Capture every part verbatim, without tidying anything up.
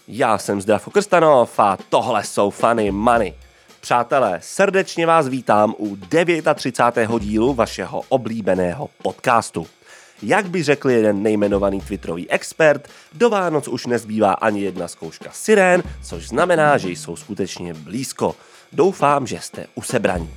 Já jsem Zdravko Krstanov a tohle jsou Funny Money. Přátelé, srdečně vás vítám u třicátého devátého dílu vašeho oblíbeného podcastu. Jak by řekl jeden nejmenovaný twitterový expert, do Vánoc už nezbývá ani jedna zkouška sirén, což znamená, že jsou skutečně blízko. Doufám, že jste usebraní.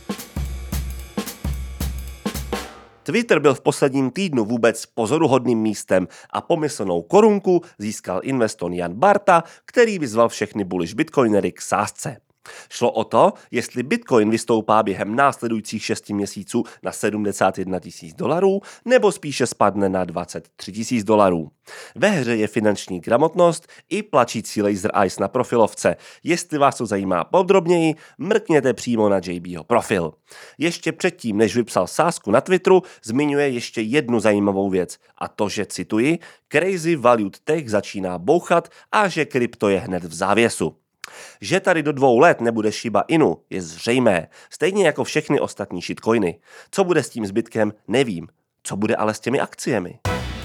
Twitter byl v posledním týdnu vůbec pozoruhodným místem a pomyslnou korunku získal investor Jan Barta, který vyzval všechny bullish bitcoinery k sázce. Šlo o to, jestli Bitcoin vystoupá během následujících šesti měsíců na sedmdesát jedna tisíc dolarů nebo spíše spadne na dvacet tři tisíc dolarů. Ve hře je finanční gramotnost i plačící laser eyes na profilovce. Jestli vás to zajímá podrobněji, mrkněte přímo na J Bho profil. Ještě předtím, než vypsal sázku na Twitteru, zmiňuje ještě jednu zajímavou věc, a to, že cituji, Crazy Valued Tech začíná bouchat a že krypto je hned v závěsu. Že tady do dvou let nebude Shiba Inu, je zřejmé, stejně jako všechny ostatní shitcoiny. Co bude s tím zbytkem, nevím. Co bude ale s těmi akciemi?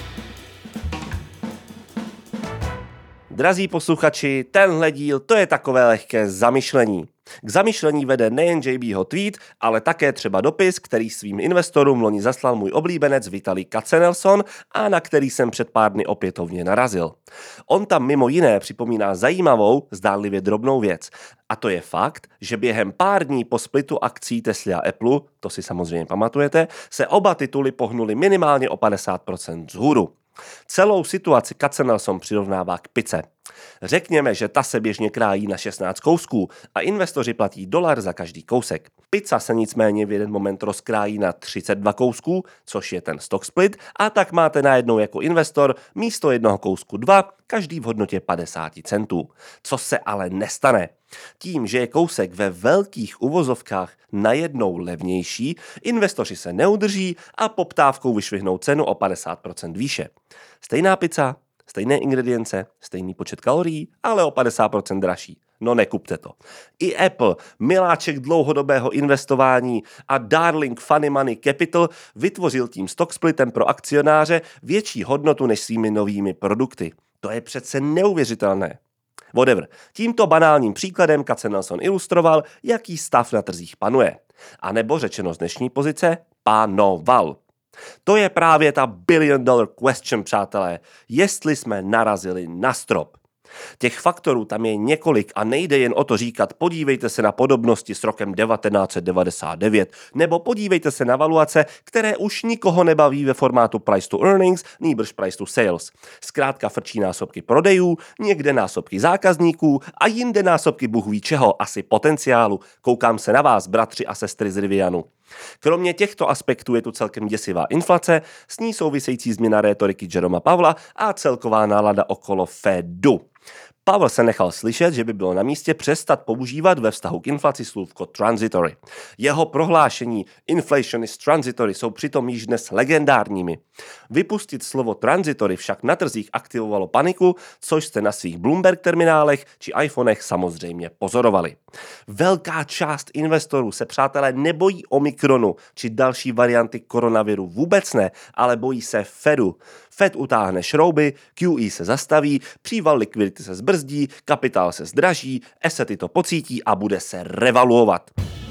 Drazí posluchači, tenhle díl to je takové lehké zamyšlení. K zamyšlení vede nejen J Bho tweet, ale také třeba dopis, který svým investorům loni zaslal můj oblíbenec Vitalik Katsenelson a na který jsem před pár dny opětovně narazil. On tam mimo jiné připomíná zajímavou, zdánlivě drobnou věc. A to je fakt, že během pár dní po splitu akcí Tesly a Apple, to si samozřejmě pamatujete, se oba tituly pohnuly minimálně o padesát procent vzhůru. Celou situaci Katsenelson přirovnává k pice. Řekněme, že ta se běžně krájí na šestnáct kousků a investoři platí dolar za každý kousek. Pizza se nicméně v jeden moment rozkrájí na třicet dva kousků, což je ten stock split, a tak máte najednou jako investor místo jednoho kousku dva, každý v hodnotě padesát centů. Co se ale nestane? Tím, že je kousek ve velkých uvozovkách najednou levnější, investoři se neudrží a poptávkou vyšvihnou cenu o padesát procent výše. Stejná pizza, stejné ingredience, stejný počet kalorií, ale o padesát procent dražší. No nekupte to. I Apple, miláček dlouhodobého investování a darling Funny Money Capital, vytvořil tím stock splitem pro akcionáře větší hodnotu než svými novými produkty. To je přece neuvěřitelné. Whatever. Tímto banálním příkladem Katsenelson ilustroval, jaký stav na trzích panuje. A nebo řečeno z dnešní pozice, panoval. To je právě ta billion dollar question, přátelé, jestli jsme narazili na strop. Těch faktorů tam je několik a nejde jen o to říkat podívejte se na podobnosti s rokem devatenáct set devadesát devět nebo podívejte se na valuace, které už nikoho nebaví ve formátu price to earnings, nýbrž price to sales. Zkrátka frčí násobky prodejů, někde násobky zákazníků a jinde násobky bůh ví čeho, asi potenciálu. Koukám se na vás, bratři a sestry z Rivianu. Kromě těchto aspektů je tu celkem děsivá inflace, s ní související změna rétoriky Jeroma Powella a celková nálada okolo Fedu. Powell se nechal slyšet, že by bylo na místě přestat používat ve vztahu k inflaci slůvko transitory. Jeho prohlášení inflation is transitory jsou přitom již dnes legendárními. Vypustit slovo transitory však na trzích aktivovalo paniku, což jste na svých Bloomberg terminálech či iPhonech samozřejmě pozorovali. Velká část investorů se, přátelé, nebojí Omikronu či další varianty koronaviru, vůbec ne, ale bojí se Fedu. Fed utáhne šrouby, Q E se zastaví, příval likvidity se zbrzdí, kapitál se zdraží, asety to pocítí a bude se revaluovat.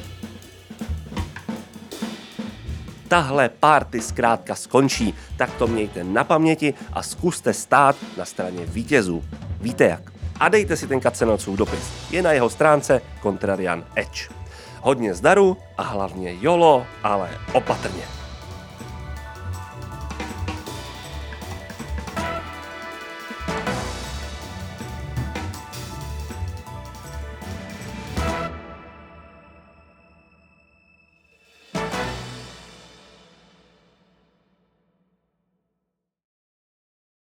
Tahle party zkrátka skončí, tak to mějte na paměti a zkuste stát na straně vítězů. Víte jak? A dejte si ten Katsenelsův dopis. Je na jeho stránce Contrarian Edge. Hodně zdaru a hlavně jolo, ale opatrně.